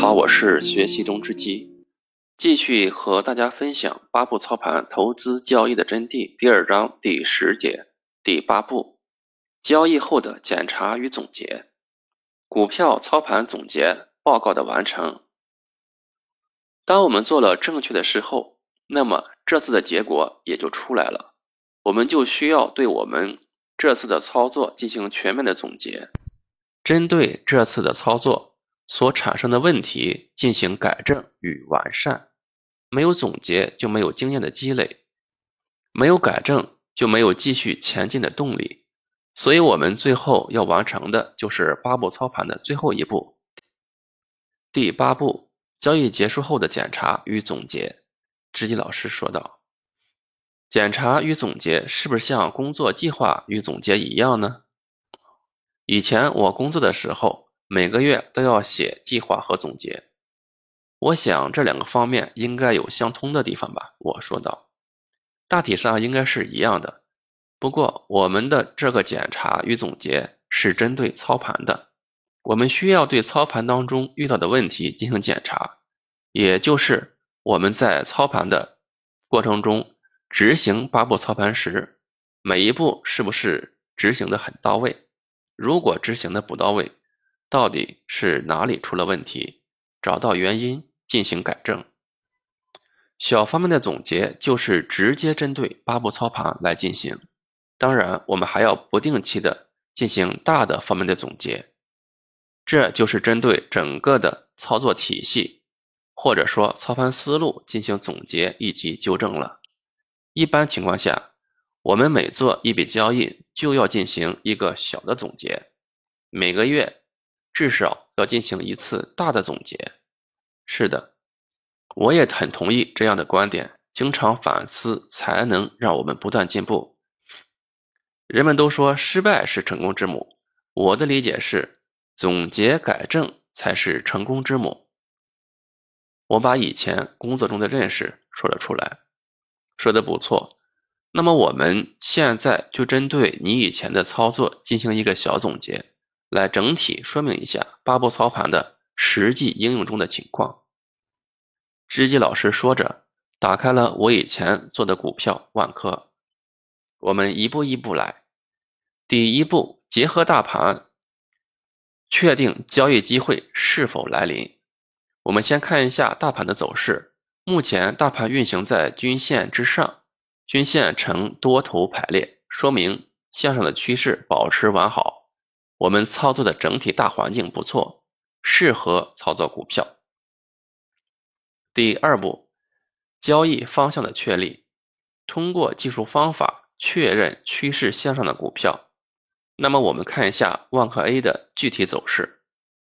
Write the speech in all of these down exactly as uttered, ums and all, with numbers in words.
好，我是学习中之基，继续和大家分享八步操盘投资交易的真谛第二章第十节第八步，交易后的检查与总结，股票操盘总结报告的完成。当我们做了正确的事后，那么这次的结果也就出来了，我们就需要对我们这次的操作进行全面的总结，针对这次的操作所产生的问题进行改正与完善。没有总结就没有经验的积累，没有改正就没有继续前进的动力。所以我们最后要完成的就是八步操盘的最后一步。第八步，交易结束后的检查与总结。知己老师说道，检查与总结是不是像工作计划与总结一样呢？以前我工作的时候，每个月都要写计划和总结。我想这两个方面应该有相通的地方吧，我说道。大体上应该是一样的，不过我们的这个检查与总结是针对操盘的，我们需要对操盘当中遇到的问题进行检查，也就是我们在操盘的过程中执行八步操盘时，每一步是不是执行的很到位，如果执行的不到位，到底是哪里出了问题，找到原因进行改正。小方面的总结就是直接针对八步操盘来进行，当然我们还要不定期的进行大的方面的总结，这就是针对整个的操作体系或者说操盘思路进行总结以及纠正了。一般情况下，我们每做一笔交易就要进行一个小的总结，每个月至少要进行一次大的总结。是的，我也很同意这样的观点，经常反思才能让我们不断进步。人们都说失败是成功之母，我的理解是总结改正才是成功之母。我把以前工作中的认识说了出来，说得不错。那么我们现在就针对你以前的操作进行一个小总结，来整体说明一下八步操盘的实际应用中的情况。知己老师说着，打开了我以前做的股票万科。我们一步一步来。第一步，结合大盘，确定交易机会是否来临。我们先看一下大盘的走势。目前大盘运行在均线之上，均线呈多头排列，说明向上的趋势保持完好。我们操作的整体大环境不错，适合操作股票。第二步，交易方向的确立，通过技术方法确认趋势向上的股票。那么我们看一下万科 A 的具体走势。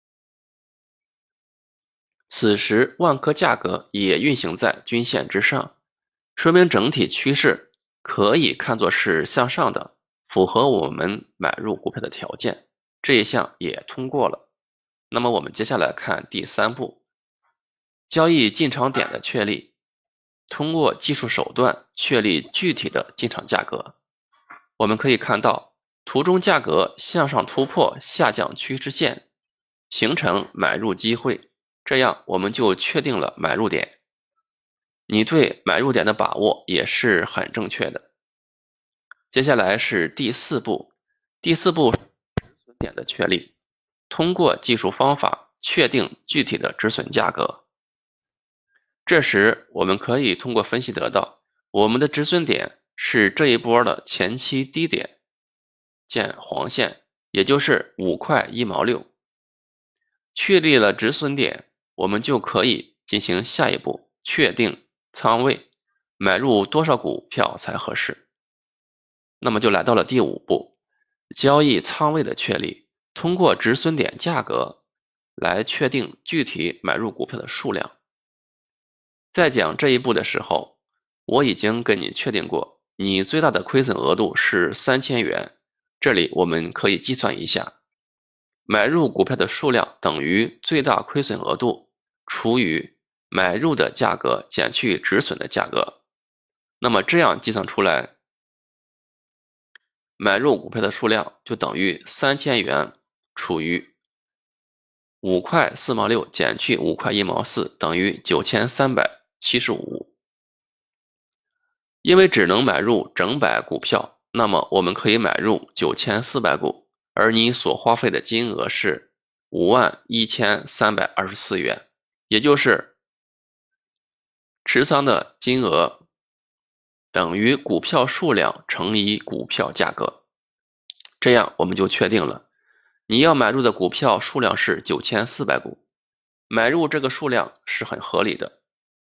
此时万科价格也运行在均线之上，说明整体趋势可以看作是向上的，符合我们买入股票的条件，这一项也通过了。那么我们接下来看第三步，交易进场点的确立，通过技术手段确立具体的进场价格。我们可以看到图中价格向上突破下降趋势线，形成买入机会，这样我们就确定了买入点。你对买入点的把握也是很正确的。接下来是第四步，第四步止损点的确立，通过技术方法确定具体的止损价格。这时我们可以通过分析得到，我们的止损点是这一波的前期低点，见黄线，也就是五块一毛六。确立了止损点，我们就可以进行下一步，确定仓位，买入多少股票才合适。那么就来到了第五步，交易仓位的确立，通过止损点价格来确定具体买入股票的数量。在讲这一步的时候，我已经跟你确定过，你最大的亏损额度是三千元，这里我们可以计算一下，买入股票的数量等于最大亏损额度除以买入的价格减去止损的价格。那么这样计算出来，买入股票的数量就等于三千元除以五块四毛六减去五块一毛四等于九千三百七十五。因为只能买入整百股票，那么我们可以买入九千四百股，而你所花费的金额是五万一千三百二十四元，也就是持仓的金额等于股票数量乘以股票价格。这样我们就确定了，你要买入的股票数量是九千四百股，买入这个数量是很合理的。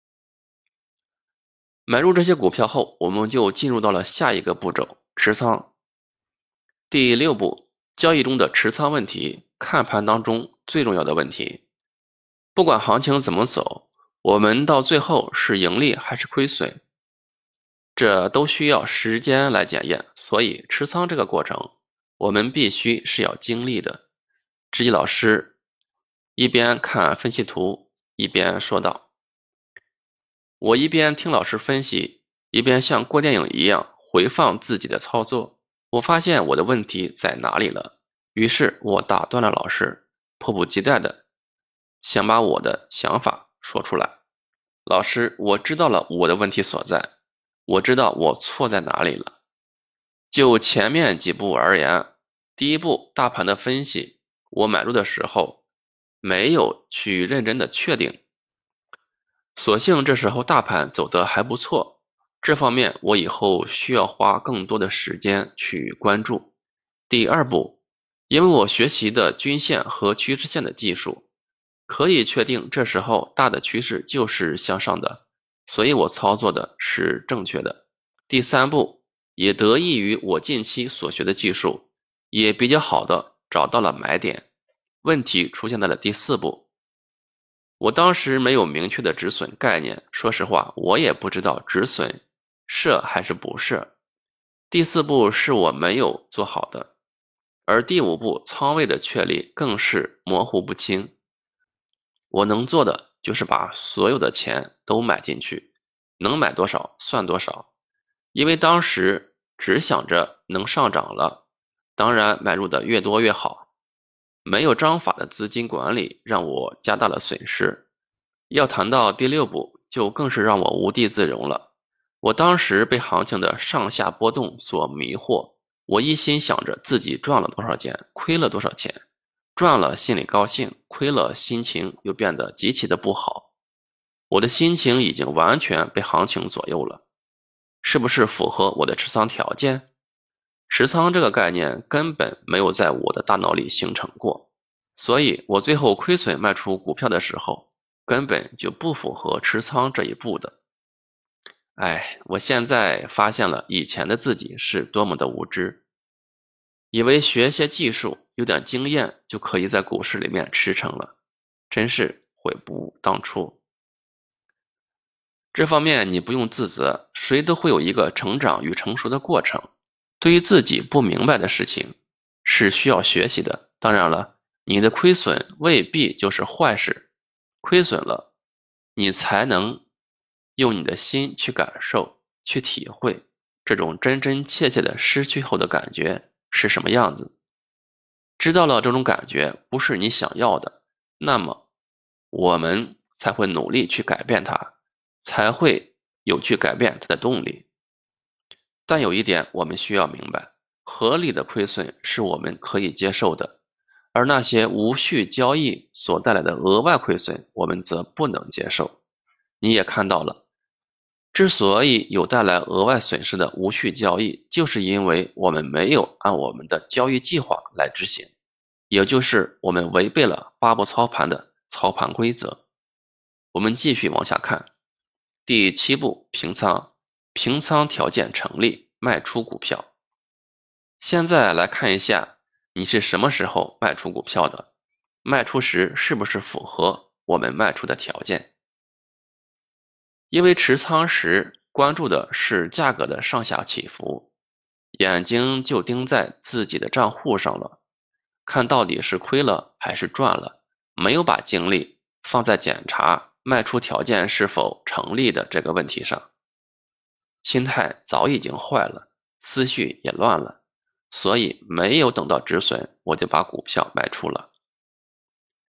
买入这些股票后，我们就进入到了下一个步骤，持仓。第六步，交易中的持仓问题，看盘当中最重要的问题。不管行情怎么走，我们到最后是盈利还是亏损，这都需要时间来检验，所以持仓这个过程，我们必须是要经历的。知己老师一边看分析图，一边说道：我一边听老师分析，一边像过电影一样回放自己的操作。我发现我的问题在哪里了，于是我打断了老师，迫不及待的想把我的想法说出来。老师，我知道了我的问题所在，我知道我错在哪里了。就前面几步而言，第一步大盘的分析，我买入的时候没有去认真的确定，所幸这时候大盘走得还不错，这方面我以后需要花更多的时间去关注。第二步，因为我学习的均线和趋势线的技术，可以确定这时候大的趋势就是向上的，所以我操作的是正确的。第三步，也得益于我近期所学的技术，也比较好的找到了买点。问题出现在了第四步，我当时没有明确的止损概念，说实话，我也不知道止损设还是不设。第四步是我没有做好的，而第五步仓位的确立更是模糊不清。我能做的就是把所有的钱都买进去，能买多少算多少。因为当时只想着能上涨了，当然买入的越多越好。没有章法的资金管理让我加大了损失。要谈到第六步，就更是让我无地自容了。我当时被行情的上下波动所迷惑，我一心想着自己赚了多少钱，亏了多少钱，赚了心里高兴，亏了心情又变得极其的不好。我的心情已经完全被行情左右了，是不是符合我的持仓条件？持仓这个概念根本没有在我的大脑里形成过，所以我最后亏损卖出股票的时候，根本就不符合持仓这一步的。哎，我现在发现了以前的自己是多么的无知，以为学些技术，有点经验就可以在股市里面驰骋了，真是悔不当初。这方面你不用自责，谁都会有一个成长与成熟的过程。对于自己不明白的事情，是需要学习的。当然了，你的亏损未必就是坏事，亏损了，你才能用你的心去感受、去体会这种真真切切的失去后的感觉是什么样子。知道了这种感觉不是你想要的，那么我们才会努力去改变它，才会有去改变它的动力。但有一点我们需要明白，合理的亏损是我们可以接受的，而那些无序交易所带来的额外亏损，我们则不能接受。你也看到了，之所以有带来额外损失的无序交易，就是因为我们没有按我们的交易计划来执行，也就是我们违背了八步操盘的操盘规则。我们继续往下看，第七步，平仓。平仓条件成立，卖出股票。现在来看一下，你是什么时候卖出股票的？卖出时是不是符合我们卖出的条件？因为持仓时关注的是价格的上下起伏，眼睛就盯在自己的账户上了，看到底是亏了还是赚了，没有把精力放在检查卖出条件是否成立的这个问题上。心态早已经坏了，思绪也乱了，所以没有等到止损，我就把股票卖出了。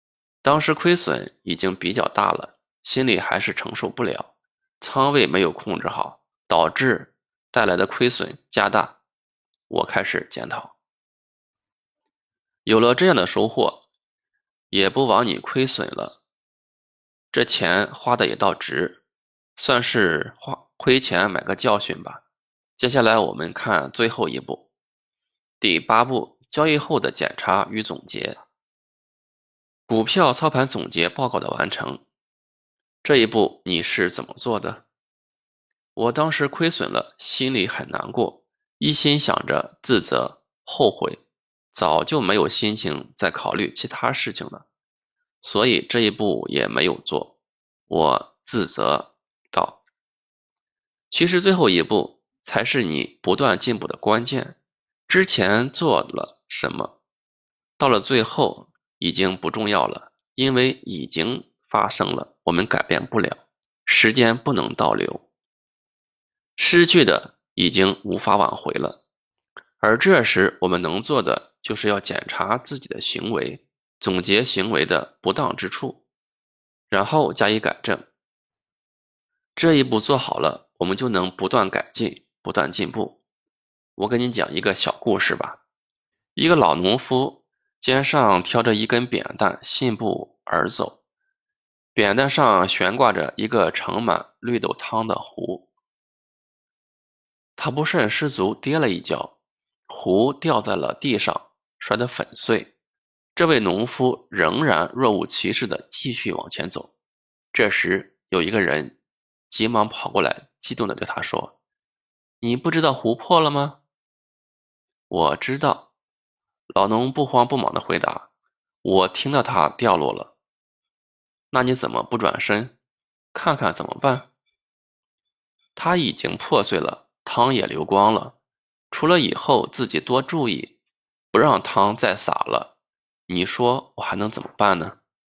当时亏损已经比较大了，心里还是承受不了，仓位没有控制好，导致带来的亏损加大。我开始检讨，有了这样的收获，也不枉你亏损了，这钱花的也倒值，算是花亏钱买个教训吧。接下来我们看最后一步，第八步，交易后的检查与总结。股票操盘总结报告的完成，这一步你是怎么做的？我当时亏损了，心里很难过，一心想着自责、后悔，早就没有心情再考虑其他事情了，所以这一步也没有做。我自责道，其实最后一步才是你不断进步的关键。之前做了什么，到了最后已经不重要了，因为已经发生了，我们改变不了，时间不能倒流，失去的已经无法挽回了。而这时我们能做的就是要检查自己的行为，总结行为的不当之处，然后加以改正。这一步做好了，我们就能不断改进，不断进步。我给你讲一个小故事吧。一个老农夫肩上挑着一根扁担，信步而走。扁担上悬挂着一个盛满绿豆汤的壶。他不慎失足跌了一跤，壶掉在了地上，摔得粉碎。这位农夫仍然若无其事地继续往前走。这时，有一个人急忙跑过来，激动地对他说：“你不知道壶破了吗？”“我知道。”老农不慌不忙地回答，“我听到它掉落了。”“那你怎么不转身，看看怎么办？”“它已经破碎了，汤也流光了。除了以后自己多注意，不让汤再洒了，你说我还能怎么办呢？”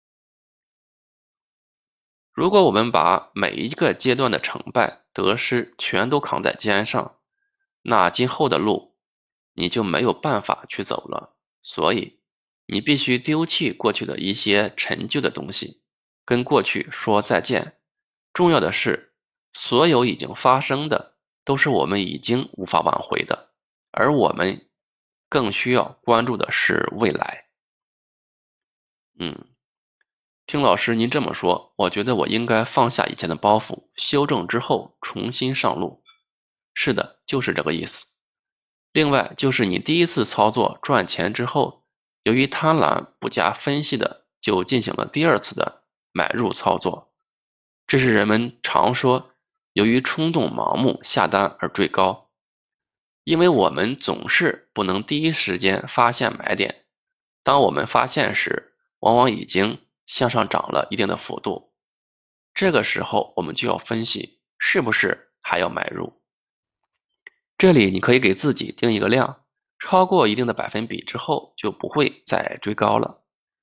如果我们把每一个阶段的成败得失全都扛在肩上，那今后的路你就没有办法去走了。所以，你必须丢弃过去的一些陈旧的东西，跟过去说再见。重要的是，所有已经发生的都是我们已经无法挽回的，而我们更需要关注的是未来。嗯。听老师您这么说，我觉得我应该放下以前的包袱，修正之后重新上路。是的，就是这个意思。另外，就是你第一次操作赚钱之后，由于贪婪不加分析的就进行了第二次的买入操作，这是人们常说由于冲动盲目下单而追高。因为我们总是不能第一时间发现买点，当我们发现时，往往已经向上涨了一定的幅度。这个时候，我们就要分析是不是还要买入。这里你可以给自己定一个量，超过一定的百分比之后，就不会再追高了。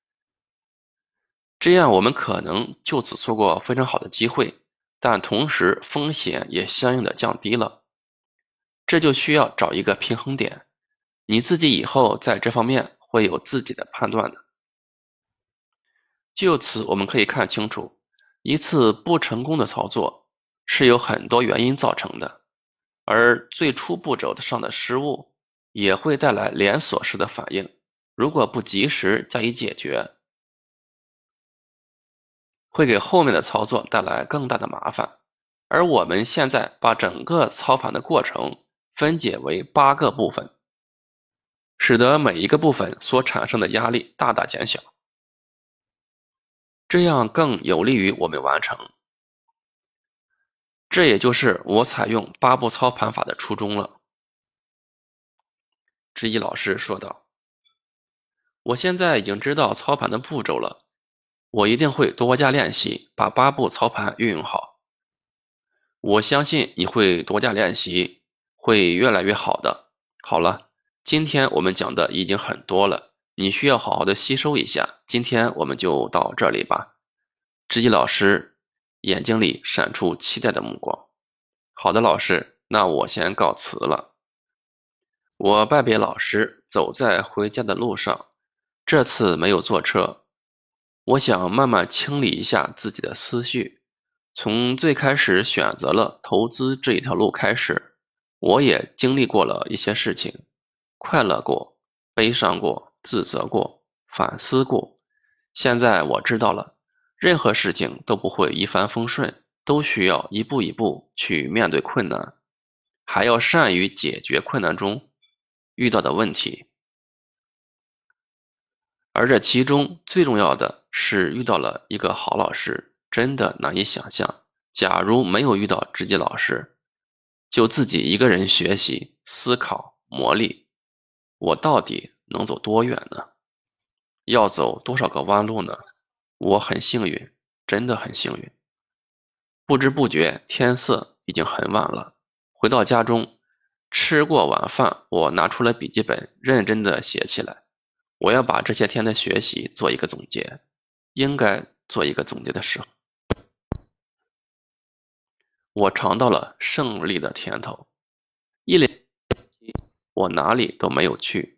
这样我们可能就此错过非常好的机会，但同时风险也相应的降低了。这就需要找一个平衡点，你自己以后在这方面会有自己的判断的。就此我们可以看清楚，一次不成功的操作是有很多原因造成的，而最初步骤上的失误也会带来连锁式的反应，如果不及时加以解决，会给后面的操作带来更大的麻烦。而我们现在把整个操盘的过程分解为八个部分，使得每一个部分所产生的压力大大减小，这样更有利于我们完成。这也就是我采用八步操盘法的初衷了。知一老师说道，我现在已经知道操盘的步骤了，我一定会多加练习，把八步操盘运用好。我相信你会多加练习，会越来越好的。好了，今天我们讲的已经很多了，你需要好好的吸收一下。今天我们就到这里吧。知一老师眼睛里闪出期待的目光。好的，老师，那我先告辞了。我拜别老师，走在回家的路上，这次没有坐车， 我想慢慢清理一下自己的思绪，从最开始选择了投资这一条路开始，我也经历过了一些事情，快乐过，悲伤过，自责过，反思过。现在我知道了，任何事情都不会一帆风顺，都需要一步一步去面对困难，还要善于解决困难中遇到的问题。而这其中最重要的是遇到了一个好老师，真的难以想象。假如没有遇到直级老师，就自己一个人学习、思考、磨砺，我到底能走多远呢？要走多少个弯路呢？我很幸运，真的很幸运。不知不觉，天色已经很晚了。回到家中，吃过晚饭，我拿出了笔记本，认真的写起来。我要把这些天的学习做一个总结，应该做一个总结的时候，我尝到了胜利的甜头。一连我哪里都没有去，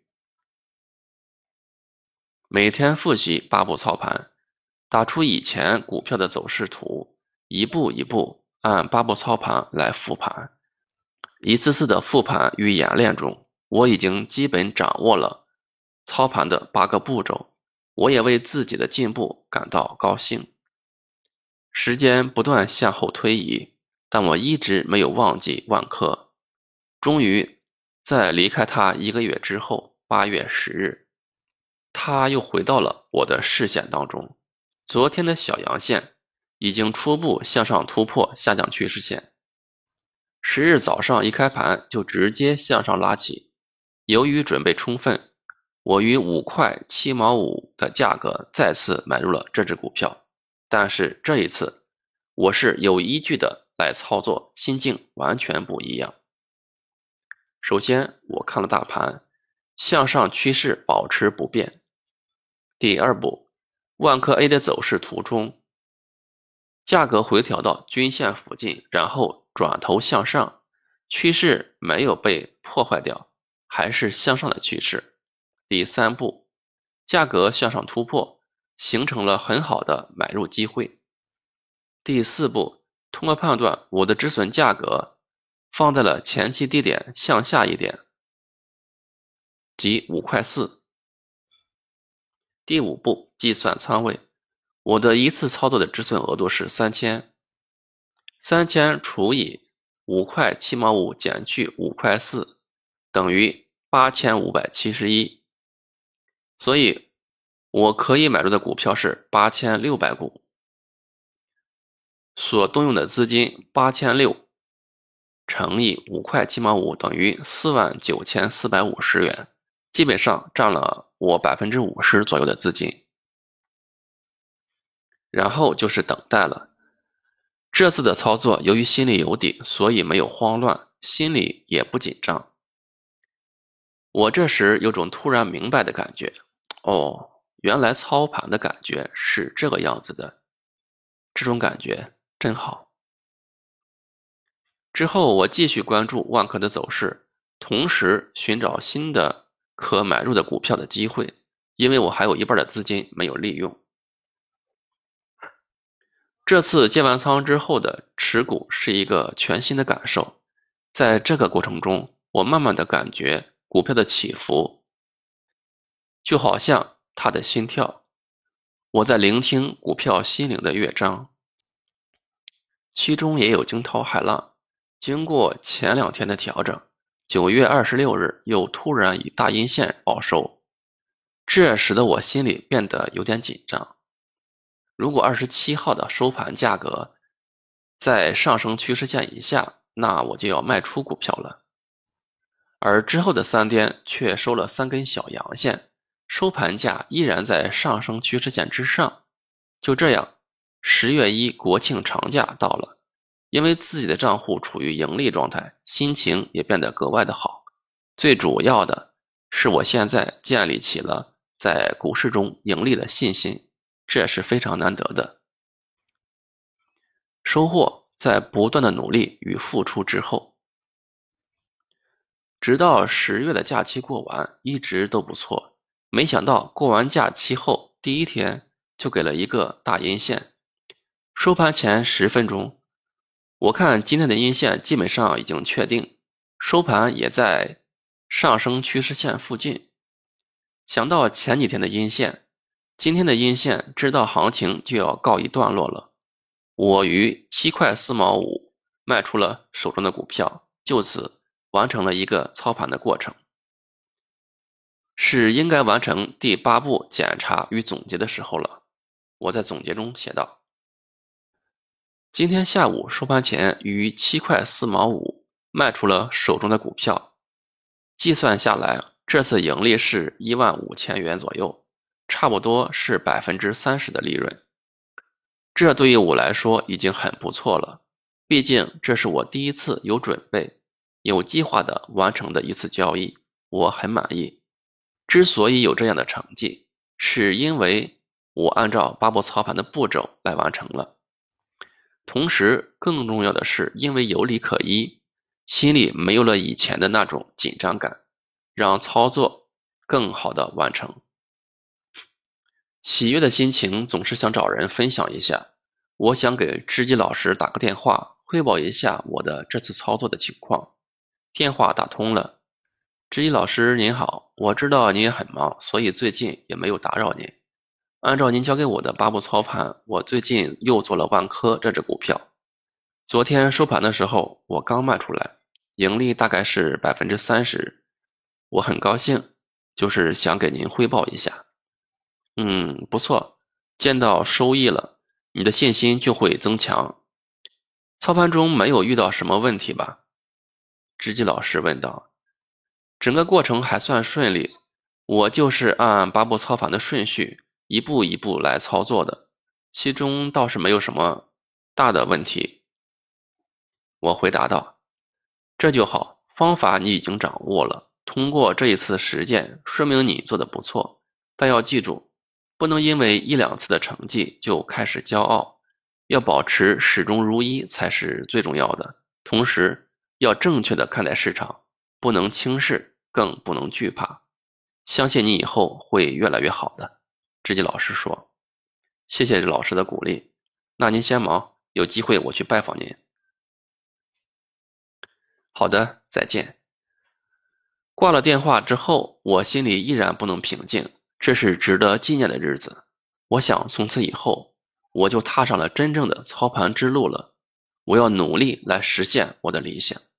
每天复习八步操盘，打出以前股票的走势图，一步一步按八步操盘来复盘。一次次的复盘与演练中，我已经基本掌握了操盘的八个步骤，我也为自己的进步感到高兴。时间不断向后推移，但我一直没有忘记万科。终于，在离开他一个月之后，八月十日，他又回到了我的视线当中。昨天的小阳线已经初步向上突破下降趋势线，十日早上一开盘就直接向上拉起。由于准备充分，我于五块七毛五的价格再次买入了这只股票。但是这一次，我是有依据的来操作，心境完全不一样。首先，我看了大盘，向上趋势保持不变。第二步，万科 A 的走势图中，价格回调到均线附近，然后转头向上，趋势没有被破坏掉，还是向上的趋势。第三步，价格向上突破，形成了很好的买入机会。第四步，通过判断我的止损价格放在了前期低点向下一点，即五块四。第五步，计算仓位，我的一次操作的止损额度是三千，三千除以五块七毛五减去五块四，等于八千五百七十一。所以，我可以买入的股票是八千六百股，所动用的资金八千六乘以五块七毛五等于四万九千四百五十元，基本上占了我百分之五十左右的资金。然后就是等待了。这次的操作由于心里有底，所以没有慌乱，心里也不紧张。我这时有种突然明白的感觉，哦，原来操盘的感觉是这个样子的，这种感觉真好。之后我继续关注万科的走势，同时寻找新的可买入的股票的机会，因为我还有一半的资金没有利用。这次建完仓之后的持股是一个全新的感受，在这个过程中，我慢慢的感觉股票的起伏，就好像它的心跳，我在聆听股票心灵的乐章，其中也有惊涛骇浪。经过前两天的调整，九月二十六日又突然以大阴线报收，这使得我心里变得有点紧张。如果二十七号的收盘价格在上升趋势线以下，那我就要卖出股票了。而之后的三天却收了三根小阳线，收盘价依然在上升趋势线之上。就这样，十月一国庆长假到了，因为自己的账户处于盈利状态，心情也变得格外的好。最主要的是，我现在建立起了在股市中盈利的信心，这是非常难得的。收获在不断的努力与付出之后，直到十月的假期过完，一直都不错。没想到过完假期后第一天， 就给了一个大阴线。收盘前十分钟，我看今天的阴线基本上已经确定，收盘也在上升趋势线附近。想到前几天的阴线，今天的阴线知道行情就要告一段落了，我于七块四毛五卖出了手中的股票，就此完成了一个操盘的过程。是应该完成第八步检查与总结的时候了。我在总结中写道：今天下午收盘前于七块四毛五卖出了手中的股票，计算下来，这次盈利是一万五千元左右，差不多是百分之三十的利润。这对于我来说已经很不错了，毕竟这是我第一次有准备、有计划的完成的一次交易，我很满意。之所以有这样的成绩，是因为我按照八步操盘的步骤来完成了。同时，更重要的是，因为有理可依，心里没有了以前的那种紧张感，让操作更好的完成。喜悦的心情总是想找人分享一下。我想给知己老师打个电话，汇报一下我的这次操作的情况。电话打通了。知己老师您好，我知道您也很忙，所以最近也没有打扰您。按照您教给我的八步操盘，我最近又做了万科这只股票。昨天收盘的时候，我刚卖出来，盈利大概是百分之三十，我很高兴，就是想给您汇报一下。嗯，不错，见到收益了，你的信心就会增强。操盘中没有遇到什么问题吧？知己老师问道。整个过程还算顺利，我就是按八步操盘的顺序，一步一步来操作的，其中倒是没有什么大的问题。我回答道：这就好，方法你已经掌握了，通过这一次实践，说明你做的不错。但要记住，不能因为一两次的成绩就开始骄傲，要保持始终如一才是最重要的。同时，要正确的看待市场，不能轻视，更不能惧怕。相信你以后会越来越好的。知己老师说：谢谢老师的鼓励，那您先忙，有机会我去拜访您。好的，再见。挂了电话之后，我心里依然不能平静，这是值得纪念的日子。我想从此以后，我就踏上了真正的操盘之路了。我要努力来实现我的理想。